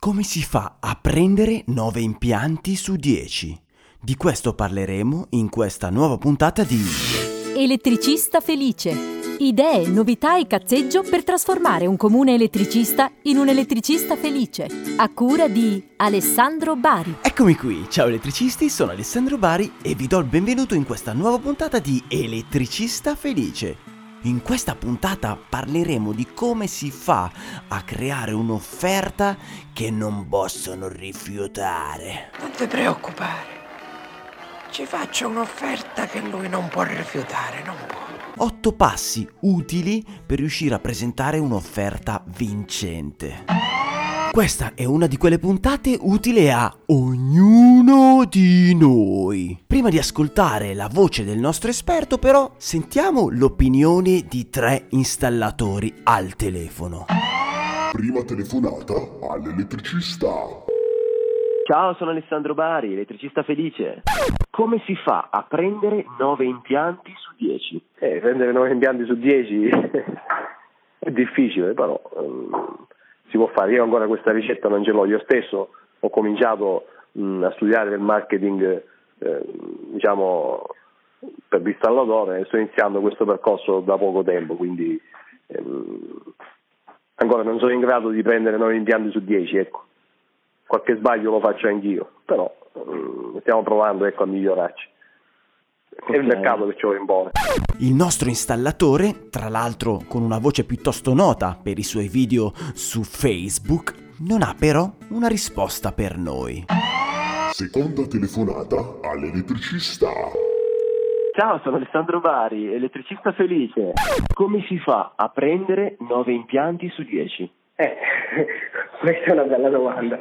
Come si fa a prendere 9 impianti su 10? Di questo parleremo in questa nuova puntata di Elettricista felice. Idee, novità e cazzeggio per trasformare un comune elettricista in un elettricista felice. A cura di Alessandro Bari. Eccomi qui, ciao elettricisti, sono Alessandro Bari e vi do il benvenuto in questa nuova puntata di Elettricista felice. In questa puntata parleremo di come si fa a creare un'offerta che non possono rifiutare. Non ti preoccupare, ci faccio un'offerta che lui non può rifiutare, non può. 8 passi utili per riuscire a presentare un'offerta vincente. Questa è una di quelle puntate utile a ognuno di noi. Prima di ascoltare la voce del nostro esperto, però, sentiamo l'opinione di 3 installatori al telefono. Prima telefonata all'elettricista. Ciao, sono Alessandro Bari, elettricista felice. Come si fa a prendere 9 impianti su 10? Prendere 9 impianti su 10 è difficile, però si può fare. Io ancora questa ricetta non ce l'ho. Io stesso ho cominciato a studiare il marketing, per l'installatore, e sto iniziando questo percorso da poco tempo, quindi ancora non sono in grado di prendere 9 impianti su 10, ecco. Qualche sbaglio lo faccio anch'io, però stiamo provando, ecco, a migliorarci. È il mercato che ce lo impone. Il nostro installatore, tra l'altro con una voce piuttosto nota per i suoi video su Facebook, non ha però una risposta per noi. Seconda telefonata all'elettricista. Ciao, sono Alessandro Bari, elettricista felice. Come si fa a prendere 9 impianti su 10? Questa è una bella domanda.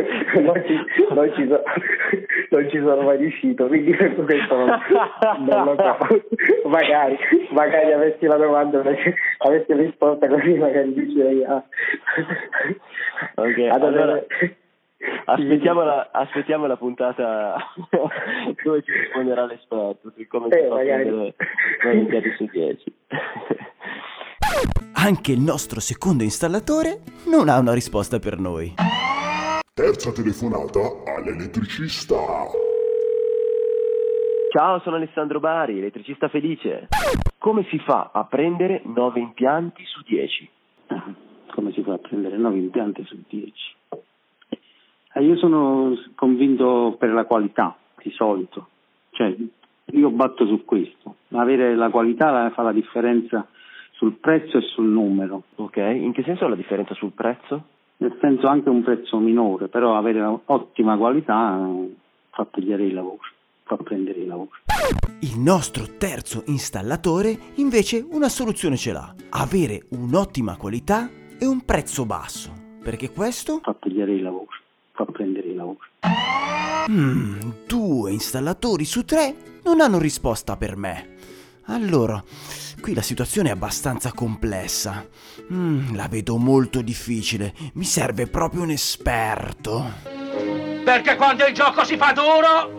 Non ci sono mai riuscito, quindi questo non lo so. Magari avessi la domanda, avessi risposta, così magari riuscirei a... Ok, allora aspettiamo la puntata dove ci risponderà l'esperto su come si fa a prendere 9 impianti su 10. Anche il nostro secondo installatore non ha una risposta per noi. Terza telefonata all'elettricista. Ciao, sono Alessandro Bari, elettricista felice. Come si fa a prendere 9 impianti su 10? Come si fa a prendere 9 impianti su 10? Io sono convinto per la qualità, di solito. Cioè, io batto su questo. Avere la qualità fa la differenza sul prezzo e sul numero. Ok, in che senso la differenza sul prezzo? Nel senso anche un prezzo minore, però avere ottima qualità fa pigliare il lavoro, fa prendere il lavoro. Il nostro terzo installatore invece una soluzione ce l'ha: avere un'ottima qualità e un prezzo basso, perché questo fa pigliare il lavoro, fa prendere il lavoro. 2 installatori su 3 non hanno risposta per me. Allora, qui la situazione è abbastanza complessa. La vedo molto difficile. Mi serve proprio un esperto. Perché quando il gioco si fa duro,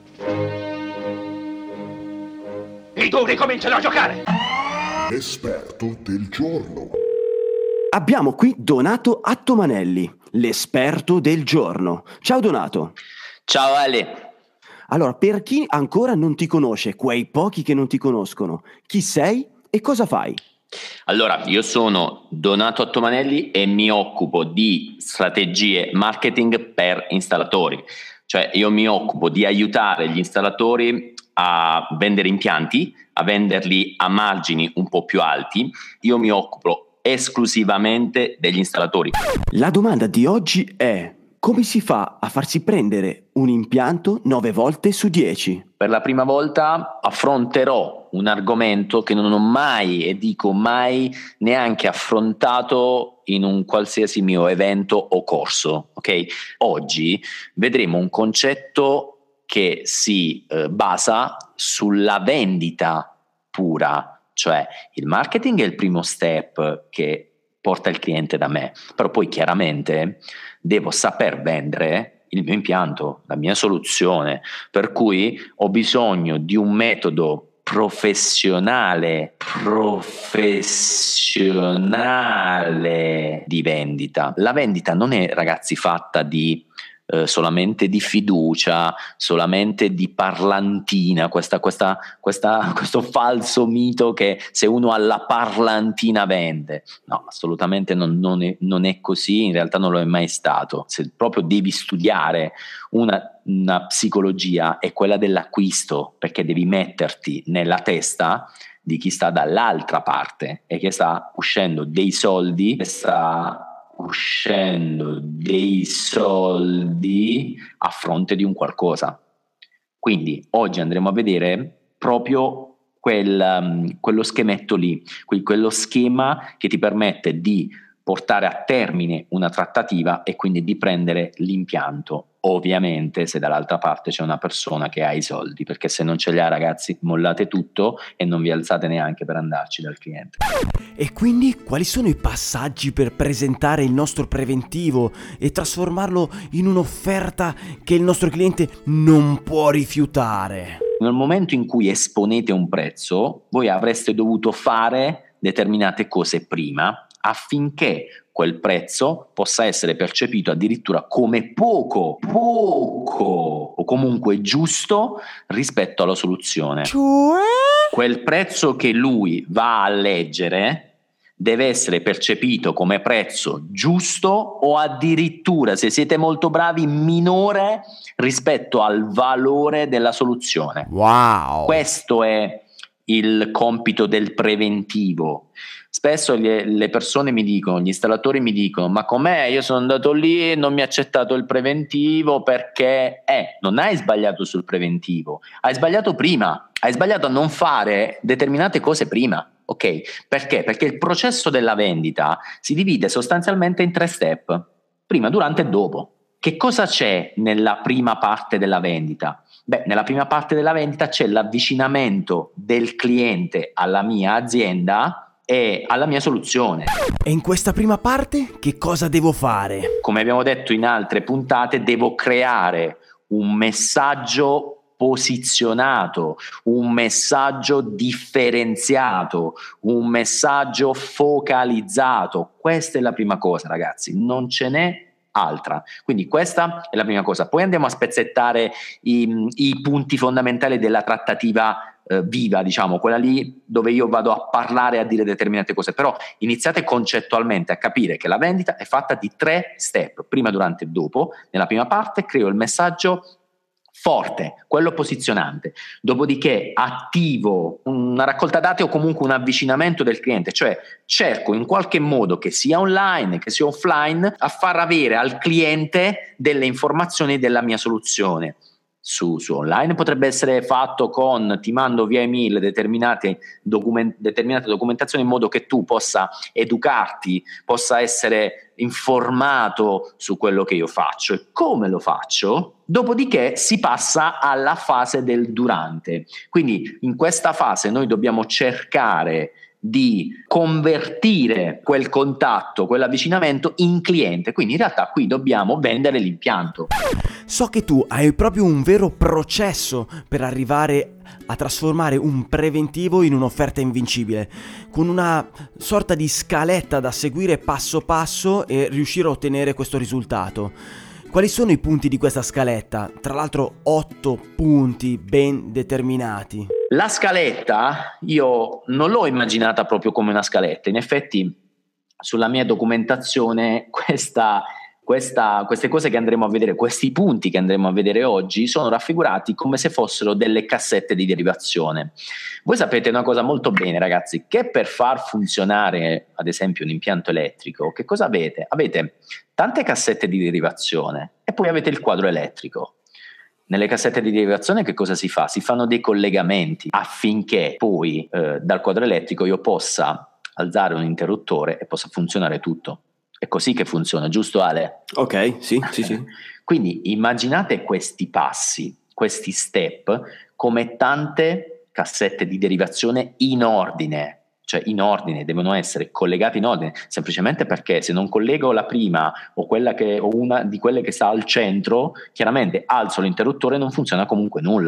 i duri cominciano a giocare. L'esperto del giorno. Abbiamo qui Donato Attomanelli, l'esperto del giorno. Ciao Donato. Ciao Ale. Allora, per chi ancora non ti conosce, quei pochi che non ti conoscono, chi sei e cosa fai? Allora, io sono Donato Attomanelli e mi occupo di strategie marketing per installatori. Cioè, io mi occupo di aiutare gli installatori a vendere impianti, a venderli a margini un po' più alti. Io mi occupo esclusivamente degli installatori. La domanda di oggi è: come si fa a farsi prendere un impianto 9 volte su 10? Per la prima volta affronterò un argomento che non ho mai, e dico mai, neanche affrontato in un qualsiasi mio evento o corso. Ok? Oggi vedremo un concetto che si basa sulla vendita pura, cioè il marketing è il primo step che porta il cliente da me, però poi chiaramente devo saper vendere il mio impianto, la mia soluzione, per cui ho bisogno di un metodo professionale di vendita. La vendita non è, ragazzi, fatta di solamente di fiducia, solamente di parlantina, questo falso mito che se uno ha la parlantina vende. No, assolutamente non è così, in realtà non lo è mai stato. Se proprio devi studiare una psicologia, è quella dell'acquisto, perché devi metterti nella testa di chi sta dall'altra parte e che sta uscendo dei soldi, a fronte di un qualcosa. Quindi oggi andremo a vedere proprio quello schemetto lì, quello schema che ti permette di portare a termine una trattativa e quindi di prendere l'impianto, ovviamente se dall'altra parte c'è una persona che ha i soldi, perché se non ce li ha, ragazzi, mollate tutto e non vi alzate neanche per andarci dal cliente. E quindi quali sono i passaggi per presentare il nostro preventivo e trasformarlo in un'offerta che il nostro cliente non può rifiutare? Nel momento in cui esponete un prezzo, voi avreste dovuto fare determinate cose prima affinché quel prezzo possa essere percepito addirittura come poco o comunque giusto rispetto alla soluzione. Cioè? Quel prezzo che lui va a leggere deve essere percepito come prezzo giusto o addirittura, se siete molto bravi, minore rispetto al valore della soluzione. Wow! Questo è il compito del preventivo. Spesso le persone mi dicono, gli installatori mi dicono: ma com'è? Io sono andato lì e non mi ha accettato il preventivo perché non hai sbagliato sul preventivo, hai sbagliato prima, hai sbagliato a non fare determinate cose prima. Ok? Perché? Perché il processo della vendita si divide sostanzialmente in 3 step: prima, durante e dopo. Che cosa c'è nella prima parte della vendita? Beh, nella prima parte della vendita c'è l'avvicinamento del cliente alla mia azienda e alla mia soluzione. E in questa prima parte che cosa devo fare? Come abbiamo detto in altre puntate, devo creare un messaggio posizionato, un messaggio differenziato, un messaggio focalizzato. Questa è la prima cosa, ragazzi, non ce n'è altra. Quindi questa è la prima cosa. Poi andiamo a spezzettare i punti fondamentali della trattativa viva, diciamo, quella lì dove io vado a parlare e a dire determinate cose. Però iniziate concettualmente a capire che la vendita è fatta di 3 step: prima, durante e dopo. Nella prima parte creo il messaggio forte, quello posizionante, dopodiché attivo una raccolta dati o comunque un avvicinamento del cliente, cioè cerco in qualche modo, che sia online che sia offline, a far avere al cliente delle informazioni della mia soluzione. Su online potrebbe essere fatto con: ti mando via email determinate documentazioni in modo che tu possa educarti, possa essere informato su quello che io faccio e come lo faccio. Dopodiché si passa alla fase del durante. Quindi in questa fase noi dobbiamo cercare di convertire quel contatto, quell'avvicinamento in cliente. Quindi in realtà qui dobbiamo vendere l'impianto. So che tu hai proprio un vero processo per arrivare a trasformare un preventivo in un'offerta invincibile, con una sorta di scaletta da seguire passo passo e riuscire a ottenere questo risultato. Quali sono i punti di questa scaletta? Tra l'altro 8 punti ben determinati. La scaletta io non l'ho immaginata proprio come una scaletta. In effetti sulla mia documentazione queste cose che andremo a vedere, questi punti che andremo a vedere oggi, sono raffigurati come se fossero delle cassette di derivazione. Voi sapete una cosa molto bene, ragazzi, che per far funzionare ad esempio un impianto elettrico, che cosa avete? Avete tante cassette di derivazione e poi avete il quadro elettrico. Nelle cassette di derivazione che cosa si fa? Si fanno dei collegamenti affinché poi dal quadro elettrico io possa alzare un interruttore e possa funzionare tutto. È così che funziona, giusto Ale? Ok, sì. Quindi immaginate questi passi, questi step, come tante cassette di derivazione in ordine. Cioè in ordine, devono essere collegati in ordine, semplicemente perché se non collego la prima o una di quelle che sta al centro, chiaramente alzo l'interruttore e non funziona comunque nulla.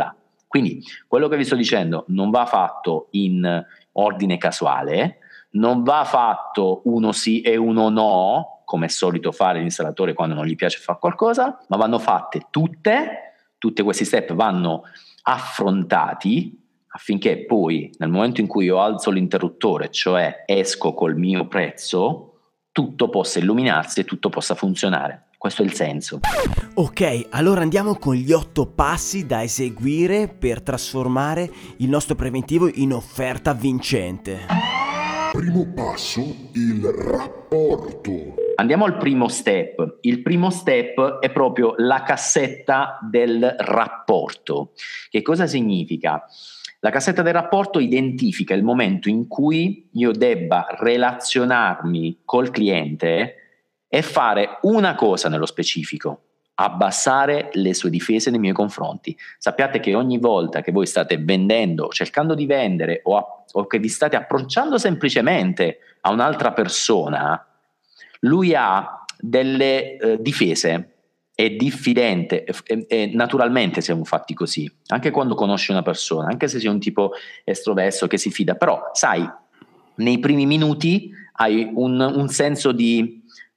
Quindi quello che vi sto dicendo non va fatto in ordine casuale, non va fatto uno sì e uno no, come è solito fare l'installatore quando non gli piace fare qualcosa, ma vanno fatte tutti questi step vanno affrontati affinché poi nel momento in cui io alzo l'interruttore, cioè esco col mio prezzo, tutto possa illuminarsi e tutto possa funzionare. Questo è il senso. Ok, allora andiamo con gli 8 passi da eseguire per trasformare il nostro preventivo in offerta vincente. Primo passo, il rapporto. Andiamo al primo step. Il primo step è proprio la cassetta del rapporto. Che cosa significa? La cassetta del rapporto identifica il momento in cui io debba relazionarmi col cliente e fare una cosa nello specifico: abbassare le sue difese nei miei confronti. Sappiate che ogni volta che voi state vendendo, cercando di vendere o che vi state approcciando semplicemente a un'altra persona, lui ha delle difese, è diffidente e naturalmente siamo fatti così, anche quando conosci una persona, anche se sei un tipo estroverso che si fida, però sai, nei primi minuti hai un senso di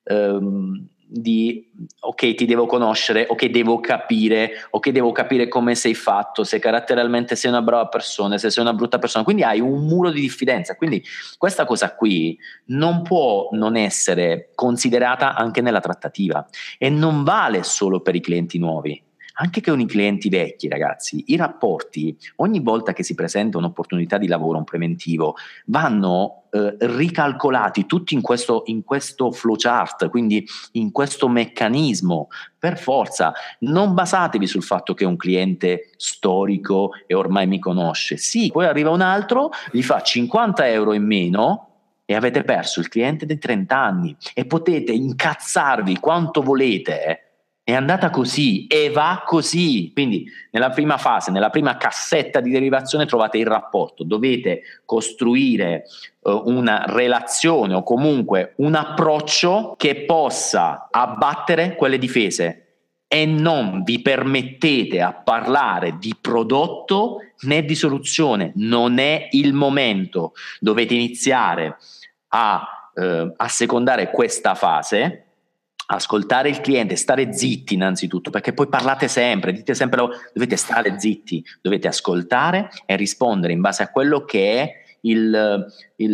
ok, ti devo conoscere, ok, devo capire come sei fatto, se caratterialmente sei una brava persona, se sei una brutta persona, quindi hai un muro di diffidenza. Quindi questa cosa qui non può non essere considerata anche nella trattativa, e non vale solo per i clienti nuovi, anche con i clienti vecchi, ragazzi. I rapporti, ogni volta che si presenta un'opportunità di lavoro, un preventivo, vanno ricalcolati tutti in questo flowchart, quindi in questo meccanismo. Per forza, non basatevi sul fatto che è un cliente storico e ormai mi conosce. Sì, poi arriva un altro, gli fa 50 euro in meno e avete perso il cliente dei 30 anni e potete incazzarvi quanto volete, è andata così e va così. Quindi nella prima fase, nella prima cassetta di derivazione trovate il rapporto. Dovete costruire una relazione o comunque un approccio che possa abbattere quelle difese, e non vi permettete a parlare di prodotto né di soluzione. Non è il momento. Dovete iniziare a secondare questa fase, ascoltare il cliente, stare zitti innanzitutto, perché poi parlate sempre, dite sempre, dovete stare zitti, dovete ascoltare e rispondere in base a quello che è il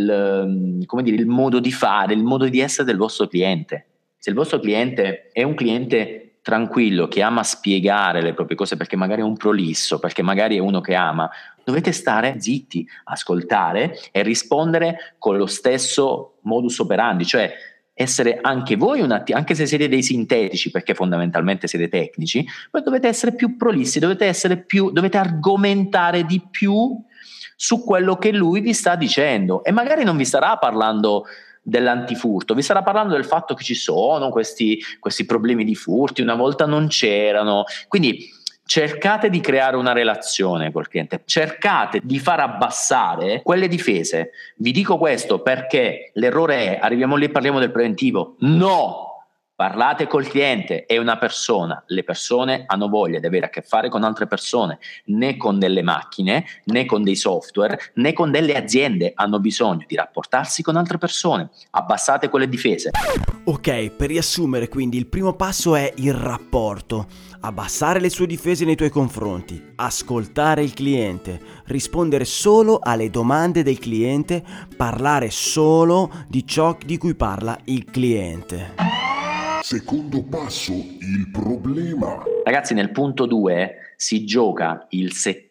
modo di fare, il modo di essere del vostro cliente. Se il vostro cliente è un cliente tranquillo, che ama spiegare le proprie cose, perché magari è un prolisso, perché magari è uno che ama, dovete stare zitti, ascoltare e rispondere con lo stesso modus operandi, cioè essere anche voi anche se siete dei sintetici, perché fondamentalmente siete tecnici, poi dovete essere più prolissi, dovete argomentare di più su quello che lui vi sta dicendo, e magari non vi starà parlando dell'antifurto, vi starà parlando del fatto che ci sono questi problemi di furti, una volta non c'erano. Quindi cercate di creare una relazione col cliente, cercate di far abbassare quelle difese. Vi dico questo perché l'errore è: arriviamo lì e parliamo del preventivo. No! Parlate col cliente, è una persona. Le persone hanno voglia di avere a che fare con altre persone, né con delle macchine, né con dei software, né con delle aziende. Hanno bisogno di rapportarsi con altre persone. Abbassate quelle difese. Ok, per riassumere, quindi il primo passo è il rapporto. Abbassare le sue difese nei tuoi confronti, ascoltare il cliente, rispondere solo alle domande del cliente, parlare solo di ciò di cui parla il cliente. Secondo passo, il problema. Ragazzi, nel punto 2 si gioca il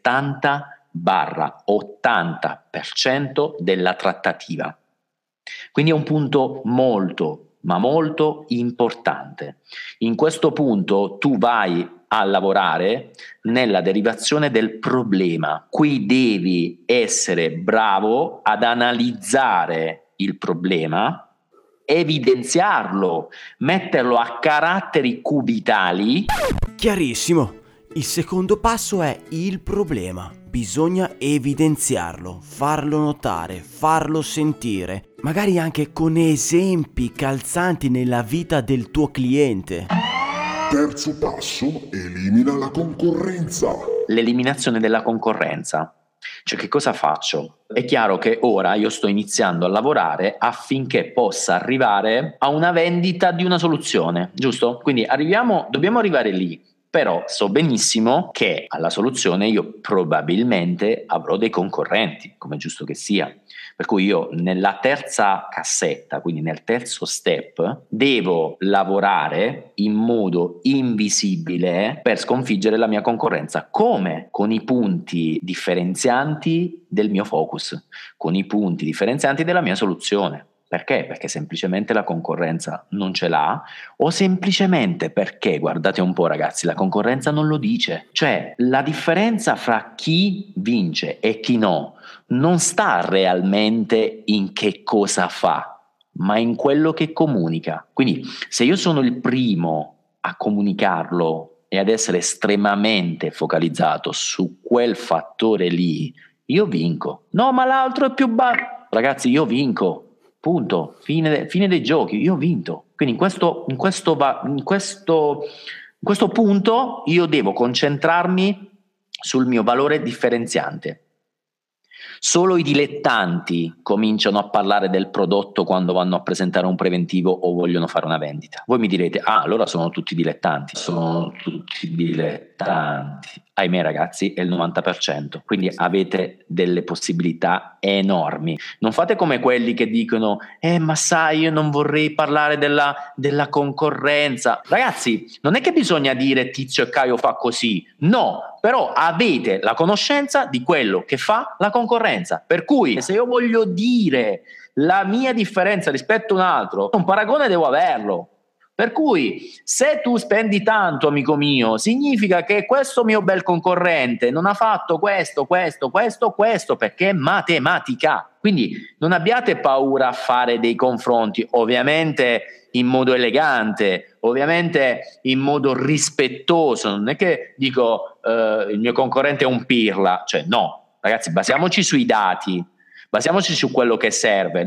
70-80% della trattativa. Quindi è un punto molto, ma molto importante. In questo punto tu vai a lavorare nella derivazione del problema. Qui devi essere bravo ad analizzare il problema, evidenziarlo, metterlo a caratteri cubitali. Chiarissimo. Il secondo passo è il problema. Bisogna evidenziarlo, farlo notare, farlo sentire, magari anche con esempi calzanti nella vita del tuo cliente. Terzo passo, elimina la concorrenza. l'eliminazione della concorrenza. Cioè, che cosa faccio? È chiaro che ora io sto iniziando a lavorare affinché possa arrivare a una vendita di una soluzione, giusto? Quindi dobbiamo arrivare lì, però so benissimo che alla soluzione io probabilmente avrò dei concorrenti, come è giusto che sia. Per cui io nella terza cassetta, quindi nel terzo step, devo lavorare in modo invisibile per sconfiggere la mia concorrenza. Come? Con i punti differenzianti del mio focus, con i punti differenzianti della mia soluzione. Perché? Perché semplicemente la concorrenza non ce l'ha, o semplicemente perché, guardate un po' ragazzi, la concorrenza non lo dice. Cioè, la differenza fra chi vince e chi no non sta realmente in che cosa fa, ma in quello che comunica. Quindi se io sono il primo a comunicarlo e ad essere estremamente focalizzato su quel fattore lì, io vinco. No, ma l'altro è più basso. Ragazzi, io vinco. Punto, fine dei giochi, io ho vinto. Quindi in questo punto io devo concentrarmi sul mio valore differenziante. Solo i dilettanti cominciano a parlare del prodotto quando vanno a presentare un preventivo o vogliono fare una vendita. Voi mi direte, allora sono tutti dilettanti. Sono tutti dilettanti. Ahimè ragazzi, è il 90%, quindi avete delle possibilità enormi. Non fate come quelli che dicono ma sai, io non vorrei parlare della concorrenza. Ragazzi, non è che bisogna dire Tizio e Caio fa così, no, però avete la conoscenza di quello che fa la concorrenza, per cui se io voglio dire la mia differenza rispetto a un altro, un paragone devo averlo. Per cui se tu spendi tanto, amico mio, significa che questo mio bel concorrente non ha fatto questo, perché è matematica. Quindi non abbiate paura a fare dei confronti, ovviamente in modo elegante, ovviamente in modo rispettoso. Non è che dico il mio concorrente è un pirla, cioè no, ragazzi, basiamoci sui dati. Basiamoci su quello che serve,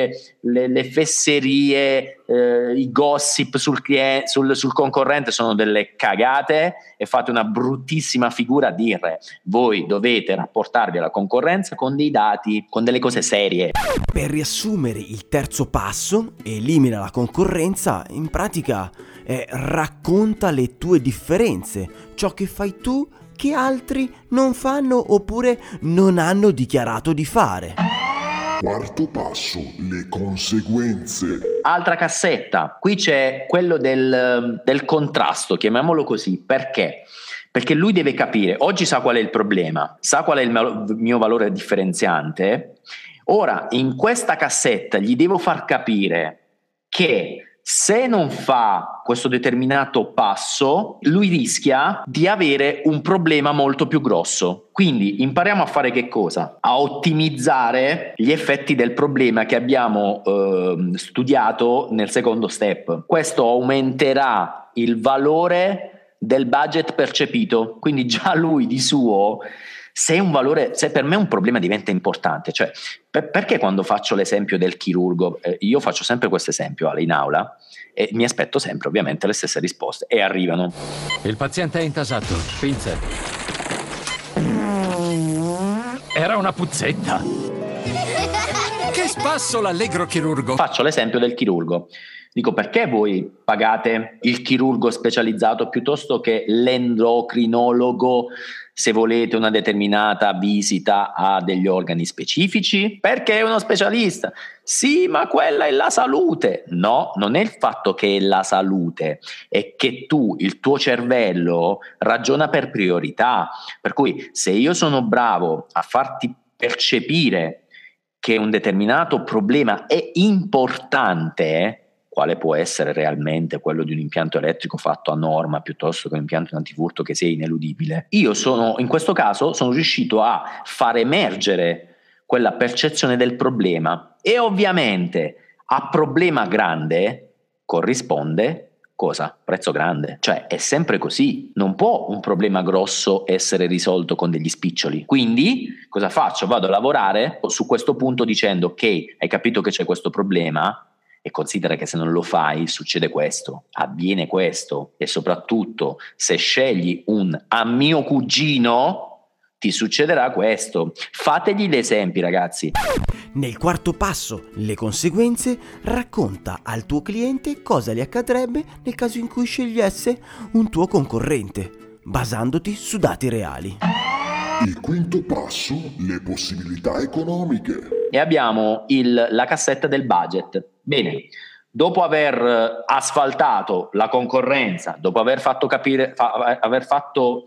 le fesserie, i gossip sul concorrente sono delle cagate e fate una bruttissima figura a dire voi dovete rapportarvi alla concorrenza con dei dati, con delle cose serie. Per riassumere il terzo passo, elimina la concorrenza, in pratica racconta le tue differenze, ciò che fai tu che altri non fanno oppure non hanno dichiarato di fare. Quarto passo, le conseguenze. Altra cassetta, qui c'è quello del contrasto, chiamiamolo così, perché? Perché lui deve capire, oggi sa qual è il problema, sa qual è il mio valore differenziante, ora in questa cassetta gli devo far capire che se non fa questo determinato passo, lui rischia di avere un problema molto più grosso. Quindi impariamo a fare che cosa? A ottimizzare gli effetti del problema che abbiamo studiato nel secondo step. Questo aumenterà il valore del budget percepito. Quindi già lui di suo, se per me un problema diventa importante, cioè perché quando faccio l'esempio del chirurgo, io faccio sempre questo esempio in aula e mi aspetto sempre ovviamente le stesse risposte e arrivano. Il paziente è intasato, pinze. Era una puzzetta. Che spasso l'allegro chirurgo. Faccio l'esempio del chirurgo. Dico, perché voi pagate il chirurgo specializzato piuttosto che l'endocrinologo se volete una determinata visita a degli organi specifici? Perché è uno specialista. Sì, ma quella è la salute. No, non è il fatto che è la salute, è che il tuo cervello ragiona per priorità. Per cui se io sono bravo a farti percepire che un determinato problema è importante, quale può essere realmente quello di un impianto elettrico fatto a norma piuttosto che un impianto antifurto che sia ineludibile, io in questo caso sono riuscito a far emergere quella percezione del problema e ovviamente a problema grande corrisponde cosa? Prezzo grande. Cioè è sempre così, non può un problema grosso essere risolto con degli spiccioli. Quindi cosa faccio? Vado a lavorare su questo punto dicendo ok, hai capito che c'è questo problema, E considera che se non lo fai succede questo, avviene questo, e soprattutto se scegli un a mio cugino ti succederà questo. Fategli gli esempi, ragazzi. Nel quarto passo, le conseguenze, racconta al tuo cliente cosa gli accadrebbe nel caso in cui scegliesse un tuo concorrente, basandoti su dati reali. Il quinto passo, le possibilità economiche. E abbiamo la cassetta del budget. Bene, dopo aver asfaltato la concorrenza, dopo aver fatto capire, aver fatto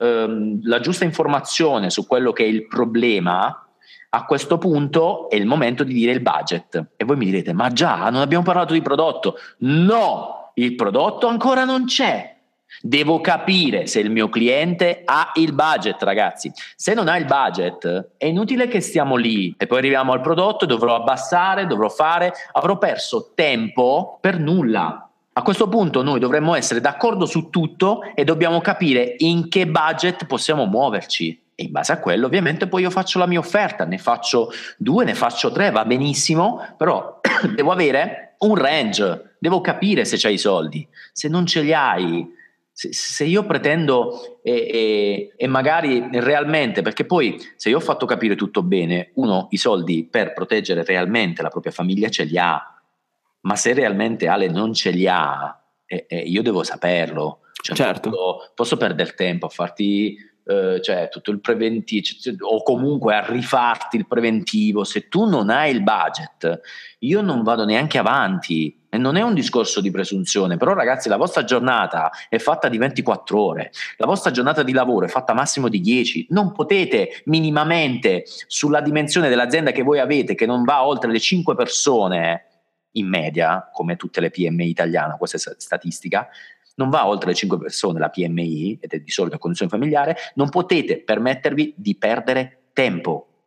la giusta informazione su quello che è il problema, a questo punto è il momento di dire il budget. E voi mi direte, ma già, non abbiamo parlato di prodotto? No, il prodotto ancora non c'è. Devo capire se il mio cliente ha il budget, ragazzi. Se non ha il budget è inutile che stiamo lì e poi arriviamo al prodotto, dovrò abbassare, avrò perso tempo per nulla. A questo punto noi dovremmo essere d'accordo su tutto e dobbiamo capire in che budget possiamo muoverci. E in base a quello ovviamente poi io faccio la mia offerta, ne faccio 2, ne faccio 3, va benissimo, però devo avere un range, devo capire se c'hai i soldi. Se non ce li hai, se io pretendo e magari realmente, perché poi se io ho fatto capire tutto bene, uno i soldi per proteggere realmente la propria famiglia ce li ha, ma se realmente Ale non ce li ha, io devo saperlo. Cioè, certo. Posso perdere tempo a farti tutto il preventivo, o comunque a rifarti il preventivo. Se tu non hai il budget, io non vado neanche avanti. E non è un discorso di presunzione, però ragazzi, la vostra giornata è fatta di 24 ore, la vostra giornata di lavoro è fatta massimo di 10, non potete minimamente, sulla dimensione dell'azienda che voi avete, che non va oltre le 5 persone in media, come tutte le PMI italiane, questa è statistica, non va oltre le 5 persone la PMI, ed è di solito a condizione familiare, non potete permettervi di perdere tempo,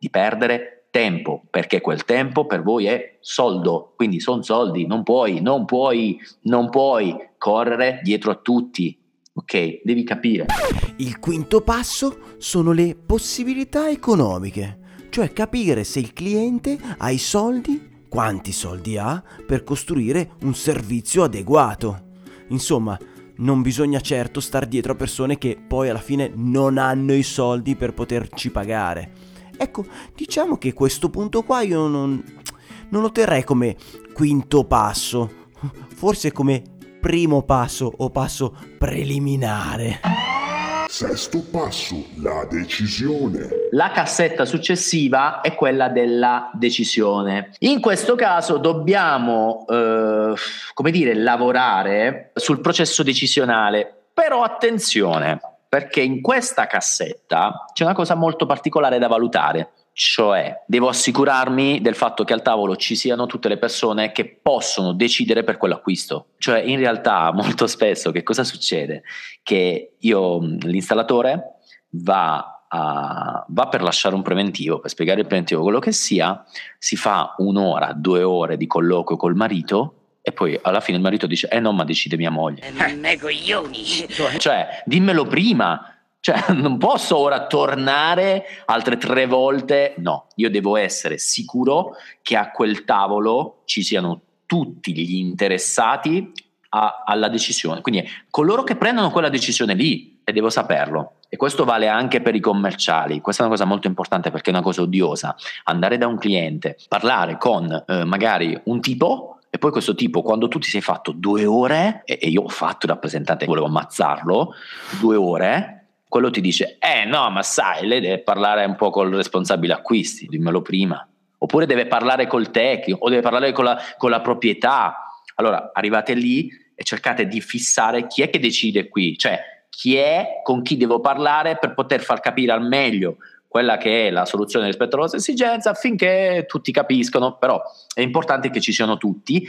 perché quel tempo per voi è soldo, quindi sono soldi, non puoi correre dietro a tutti, ok? Devi capire. Il quinto passo sono le possibilità economiche, cioè capire se il cliente ha i soldi, quanti soldi ha, per costruire un servizio adeguato. Insomma, non bisogna certo star dietro a persone che poi alla fine non hanno i soldi per poterci pagare. Ecco, diciamo che questo punto qua io non lo terrei come quinto passo, forse come primo passo o passo preliminare. Sesto passo, la decisione. La cassetta successiva è quella della decisione. In questo caso dobbiamo, lavorare sul processo decisionale, però attenzione, perché in questa cassetta c'è una cosa molto particolare da valutare, cioè devo assicurarmi del fatto che al tavolo ci siano tutte le persone che possono decidere per quell'acquisto. Cioè in realtà molto spesso che cosa succede? Che l'installatore va per lasciare un preventivo, per spiegare il preventivo, quello che sia, si fa 1 ora, 2 ore di colloquio col marito e poi alla fine il marito dice no, ma decide mia moglie. Me coglioni. Cioè dimmelo prima, cioè non posso ora tornare altre 3 volte. No, io devo essere sicuro che a quel tavolo ci siano tutti gli interessati alla decisione, quindi coloro che prendono quella decisione lì, e devo saperlo. E questo vale anche per i commerciali. Questa è una cosa molto importante, perché è una cosa odiosa andare da un cliente, parlare con magari un tipo, e poi questo tipo, quando tu ti sei fatto 2 ore, e io ho fatto il rappresentante, volevo ammazzarlo, 2 ore, quello ti dice no, ma sai, lei deve parlare un po' col responsabile acquisti, dimmelo prima, oppure deve parlare col tecnico, o deve parlare con la proprietà. Allora arrivate lì e cercate di fissare chi è che decide qui, cioè con chi devo parlare per poter far capire al meglio quella che è la soluzione rispetto alla vostra esigenza, affinché tutti capiscono. Però è importante che ci siano tutti.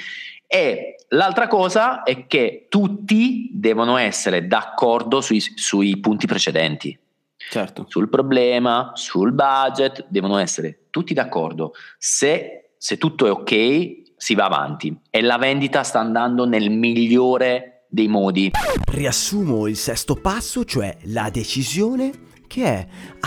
E l'altra cosa è che tutti devono essere d'accordo sui punti precedenti. Certo. Sul problema, sul budget, devono essere tutti d'accordo. Se tutto è ok, si va avanti e la vendita sta andando nel migliore dei modi. Riassumo il sesto passo, cioè la decisione, che è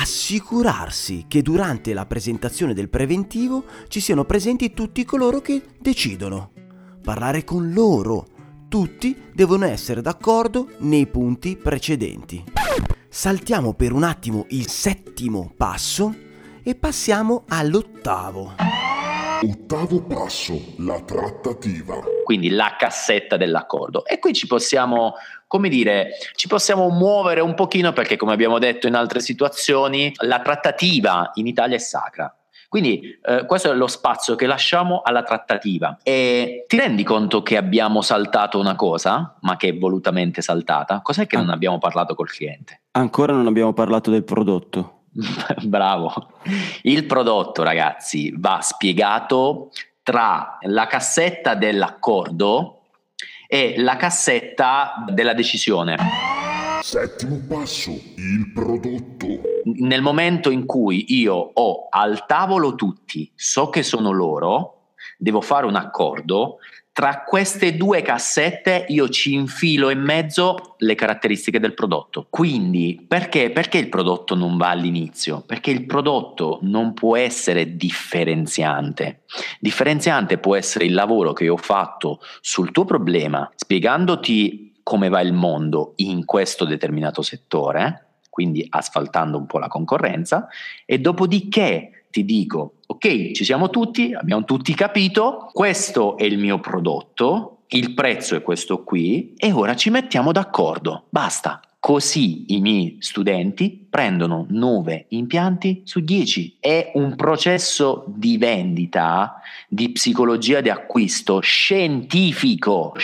assicurarsi che durante la presentazione del preventivo ci siano presenti tutti coloro che decidono. parlare con loro. Tutti devono essere d'accordo nei punti precedenti. Saltiamo per un attimo il 7° passo e passiamo all'8º. 8º passo, la trattativa. Quindi la cassetta dell'accordo. E qui ci possiamo muovere un pochino, perché come abbiamo detto in altre situazioni, la trattativa in Italia è sacra. Quindi questo è lo spazio che lasciamo alla trattativa. E ti rendi conto che abbiamo saltato una cosa, ma che è volutamente saltata? Cos'è che non abbiamo parlato col cliente? Ancora non abbiamo parlato del prodotto. Bravo. Il prodotto, ragazzi, va spiegato tra la cassetta dell'accordo e la cassetta della decisione. 7° passo, il prodotto. Nel momento in cui io ho al tavolo tutti, so che sono loro, devo fare un accordo. Tra queste 2 cassette io ci infilo in mezzo le caratteristiche del prodotto. Quindi perché il prodotto non va all'inizio? Perché il prodotto non può essere differenziante. Differenziante può essere il lavoro che ho fatto sul tuo problema, spiegandoti come va il mondo in questo determinato settore, quindi asfaltando un po' la concorrenza, e dopodiché ti dico: ok, ci siamo tutti, abbiamo tutti capito, questo è il mio prodotto, il prezzo è questo qui e ora ci mettiamo d'accordo, basta. Così i miei studenti prendono 9 impianti su 10. È un processo di vendita, di psicologia di acquisto scientifico.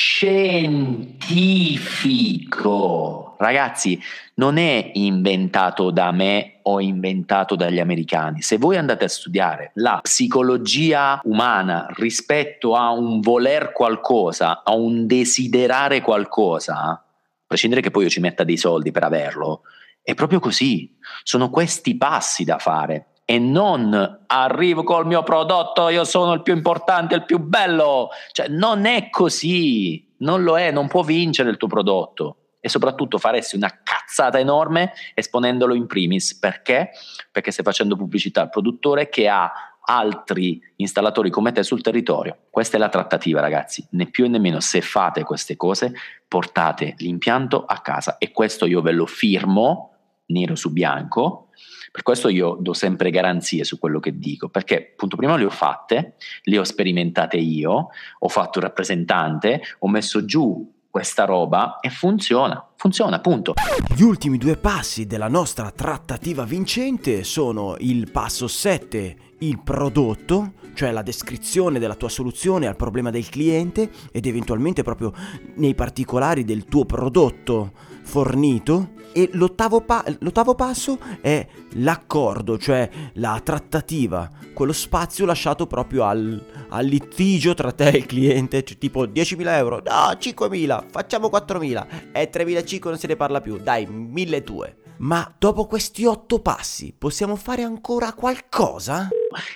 Ragazzi, non è inventato da me o inventato dagli americani. Se voi andate a studiare la psicologia umana rispetto a un voler qualcosa, a un desiderare qualcosa, a prescindere che poi io ci metta dei soldi per averlo, è proprio così. Sono questi passi da fare e non arrivo col mio prodotto, io sono il più importante, il più bello. Cioè, non è così, non lo è, non può vincere il tuo prodotto. E soprattutto faresti una cazzata enorme esponendolo in primis. Perché? Perché stai facendo pubblicità al produttore che ha altri installatori come te sul territorio. Questa è la trattativa, ragazzi, né più né meno. Se fate queste cose, portate l'impianto a casa, e questo io ve lo firmo nero su bianco. Per questo io do sempre garanzie su quello che dico, perché punto prima le ho fatte, le ho sperimentate io, ho fatto il rappresentante, ho messo giù questa roba e funziona, punto. Gli ultimi 2 passi della nostra trattativa vincente sono il passo 7, il prodotto, cioè la descrizione della tua soluzione al problema del cliente ed eventualmente proprio nei particolari del tuo prodotto fornito, e l'ottavo passo è l'accordo, cioè la trattativa, quello spazio lasciato proprio al litigio tra te e il cliente, cioè, tipo 10.000 euro, no, 5.000, facciamo 4.000, e 3.500 non se ne parla più, dai, 1.200. Ma dopo questi 8 passi possiamo fare ancora qualcosa?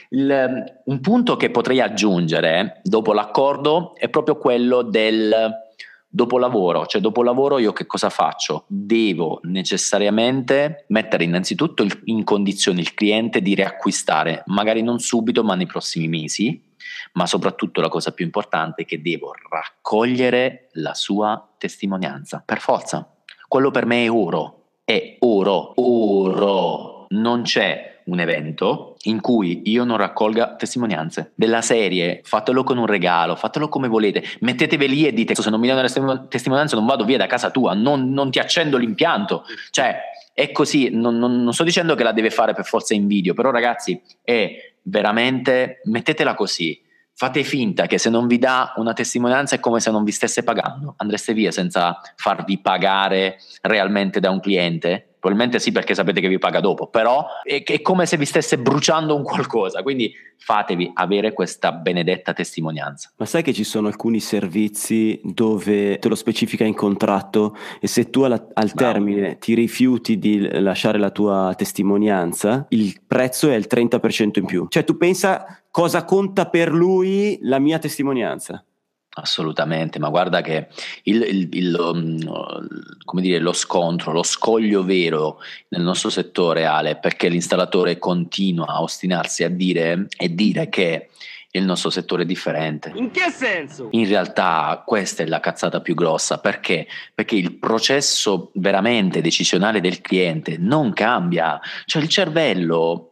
Un punto che potrei aggiungere dopo l'accordo è proprio quello del dopolavoro. Cioè, dopo lavoro io che cosa faccio? Devo necessariamente mettere innanzitutto in condizione il cliente di riacquistare, magari non subito ma nei prossimi mesi, ma soprattutto la cosa più importante è che devo raccogliere la sua testimonianza, per forza. Quello per me è oro. Non c'è un evento in cui io non raccolga testimonianze della serie. Fatelo con un regalo, fatelo come volete, mettetevi lì e dite: se non mi danno le testimonianze non vado via da casa tua, non ti accendo l'impianto. Cioè, è così. Non sto dicendo che la deve fare per forza in video, però ragazzi, è veramente, mettetela così. Fate finta che se non vi dà una testimonianza è come se non vi stesse pagando, andreste via senza farvi pagare realmente da un cliente. Probabilmente sì, perché sapete che vi paga dopo, però è come se vi stesse bruciando un qualcosa, quindi fatevi avere questa benedetta testimonianza. Ma sai che ci sono alcuni servizi dove te lo specifica in contratto, e se tu al termine ti rifiuti di lasciare la tua testimonianza, il prezzo è il 30% in più. Cioè, tu pensa cosa conta per lui la mia testimonianza? Assolutamente, ma guarda che come dire, lo scoglio vero nel nostro settore, Ale, perché l'installatore continua a ostinarsi a dire che il nostro settore è differente. In che senso? In realtà questa è la cazzata più grossa. Perché? Perché il processo veramente decisionale del cliente non cambia. Cioè il cervello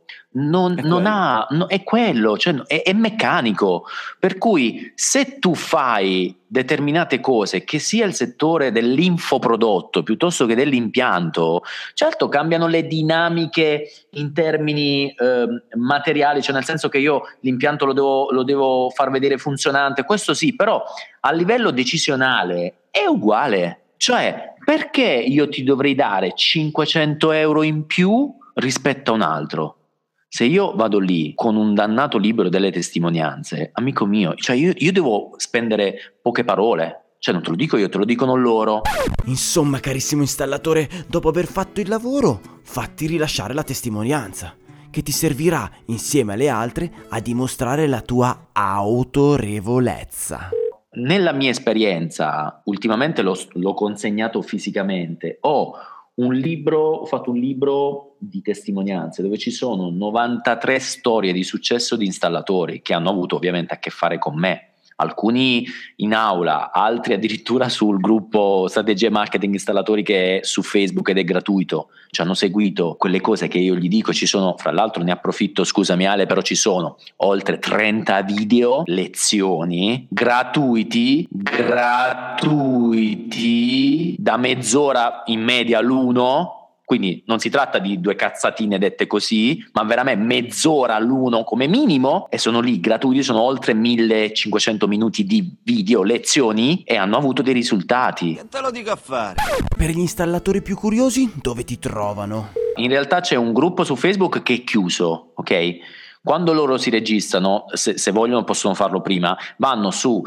è quello, cioè è meccanico. Per cui se tu fai determinate cose, che sia il settore dell'infoprodotto piuttosto che dell'impianto, certo cambiano le dinamiche in termini materiali, cioè nel senso che io l'impianto lo devo far vedere funzionante, questo sì, però a livello decisionale è uguale. Cioè, perché io ti dovrei dare 500 euro in più rispetto a un altro? Se io vado lì con un dannato libro delle testimonianze, amico mio, cioè io devo spendere poche parole. Cioè non te lo dico io, te lo dicono loro. Insomma, carissimo installatore, dopo aver fatto il lavoro, fatti rilasciare la testimonianza, che ti servirà, insieme alle altre, a dimostrare la tua autorevolezza. Nella mia esperienza, ultimamente l'ho consegnato fisicamente, ho fatto un libro di testimonianze dove ci sono 93 storie di successo di installatori che hanno avuto ovviamente a che fare con me. Alcuni in aula, altri addirittura sul gruppo Strategie Marketing Installatori che è su Facebook ed è gratuito. Ci hanno seguito quelle cose che io gli dico, ci sono, fra l'altro ne approfitto, scusami Ale, però ci sono oltre 30 video, lezioni gratuiti, da mezz'ora in media l'uno. Quindi non si tratta di 2 cazzatine dette così, ma veramente mezz'ora l'uno come minimo, e sono lì gratuiti, sono oltre 1500 minuti di video, lezioni, e hanno avuto dei risultati. Che te lo dico a fare? Per gli installatori più curiosi, dove ti trovano? In realtà c'è un gruppo su Facebook che è chiuso, ok? Quando loro si registrano, se vogliono possono farlo prima, vanno su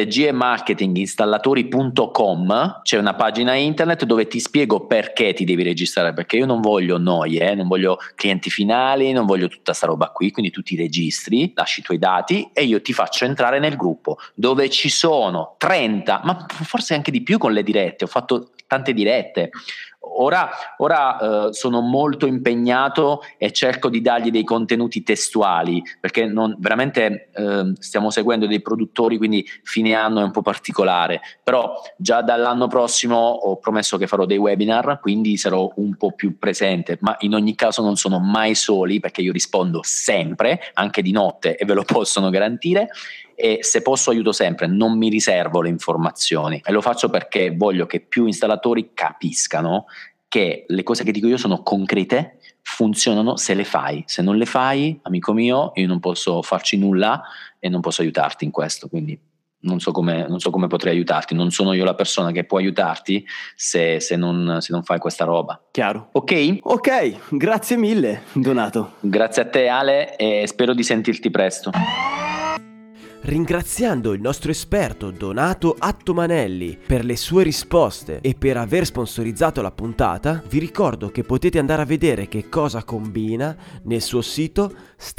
strategiemarketinginstallatori.com, c'è una pagina internet dove ti spiego perché ti devi registrare, perché io non voglio noie, non voglio clienti finali, non voglio tutta sta roba qui, quindi tu ti registri, lasci i tuoi dati e io ti faccio entrare nel gruppo dove ci sono 30, ma forse anche di più con le dirette, ho fatto tante dirette. Ora sono molto impegnato e cerco di dargli dei contenuti testuali, perché veramente stiamo seguendo dei produttori, quindi fine anno è un po' particolare, però già dall'anno prossimo ho promesso che farò dei webinar, quindi sarò un po' più presente, ma in ogni caso non sono mai soli, perché io rispondo sempre, anche di notte, e ve lo possono garantire. E se posso aiuto sempre, non mi riservo le informazioni, e lo faccio perché voglio che più installatori capiscano che le cose che dico io sono concrete, funzionano se le fai. Se non le fai, amico mio, io non posso farci nulla e non posso aiutarti in questo, quindi non so come potrei aiutarti, non sono io la persona che può aiutarti se non fai questa roba. Chiaro. Ok? Ok, grazie mille, Donato. Grazie a te Ale e spero di sentirti presto. Ringraziando il nostro esperto Donato Attomanelli per le sue risposte e per aver sponsorizzato la puntata, vi ricordo che potete andare a vedere che cosa combina nel suo sito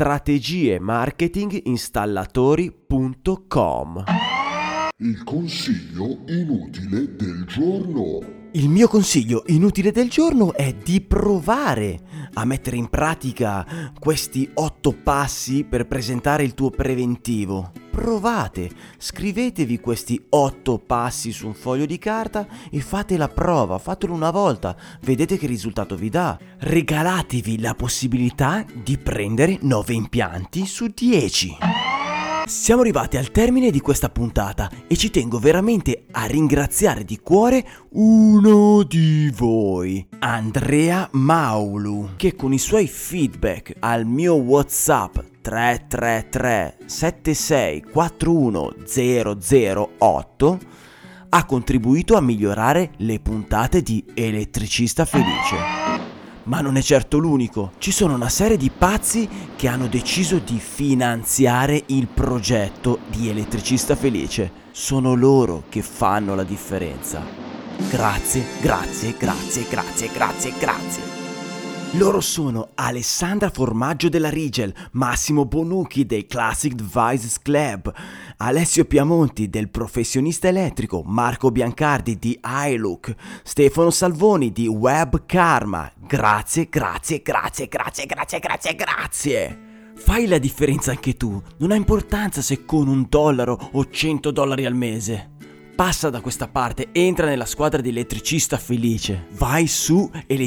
strategiemarketinginstallatori.com. Il consiglio inutile del giorno. Il mio consiglio inutile del giorno è di provare a mettere in pratica questi 8 passi per presentare il tuo preventivo. Provate, scrivetevi questi 8 passi su un foglio di carta e fate la prova, fatelo una volta, vedete che risultato vi dà. Regalatevi la possibilità di prendere 9 impianti su 10. Siamo arrivati al termine di questa puntata e ci tengo veramente a ringraziare di cuore uno di voi, Andrea Maulu, che con i suoi feedback al mio WhatsApp 333 7641 008 ha contribuito a migliorare le puntate di Elettricista Felice. Ma non è certo l'unico, ci sono una serie di pazzi che hanno deciso di finanziare il progetto di Elettricista Felice. Sono loro che fanno la differenza. Grazie, grazie, grazie, grazie, grazie, grazie. Loro sono Alessandra Formaggio della Rigel, Massimo Bonucchi del Classic Devices Club, Alessio Piamonti del Professionista Elettrico, Marco Biancardi di iLook, Stefano Salvoni di Web Karma. Grazie, grazie, grazie, grazie, grazie, grazie, grazie. Fai la differenza anche tu, non ha importanza se con $1 o $100 al mese. Passa da questa parte, entra nella squadra di Elettricista Felice. Vai su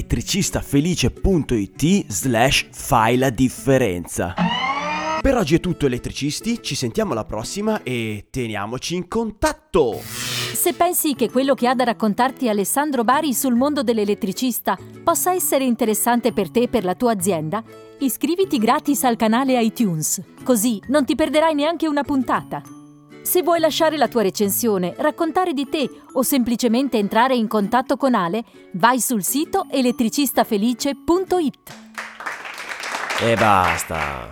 elettricistafelice.it/fai la differenza. Per oggi è tutto, elettricisti, ci sentiamo alla prossima e teniamoci in contatto! Se pensi che quello che ha da raccontarti Alessandro Bari sul mondo dell'elettricista possa essere interessante per te e per la tua azienda, iscriviti gratis al canale iTunes, così non ti perderai neanche una puntata. Se vuoi lasciare la tua recensione, raccontare di te o semplicemente entrare in contatto con Ale, vai sul sito elettricistafelice.it. E basta.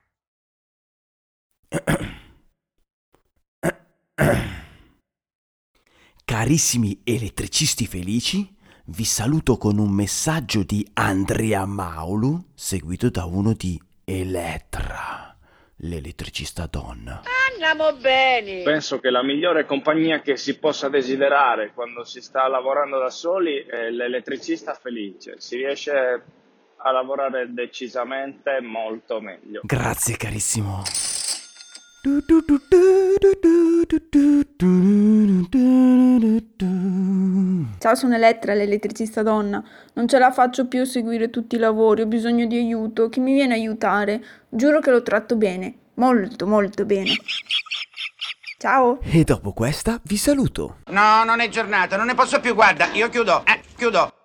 Carissimi elettricisti felici, vi saluto con un messaggio di Andrea Maulu, seguito da uno di Elettra, l'elettricista donna. Andiamo bene! Penso che la migliore compagnia che si possa desiderare quando si sta lavorando da soli è l'elettricista felice. Si riesce a lavorare decisamente molto meglio. Grazie carissimo. Ciao, sono Elettra, l'elettricista donna. Non ce la faccio più a seguire tutti i lavori, ho bisogno di aiuto. Chi mi viene a aiutare? Giuro che lo tratto bene, molto molto bene. Ciao. E dopo questa vi saluto. No, non è giornata, non ne posso più, guarda, io chiudo.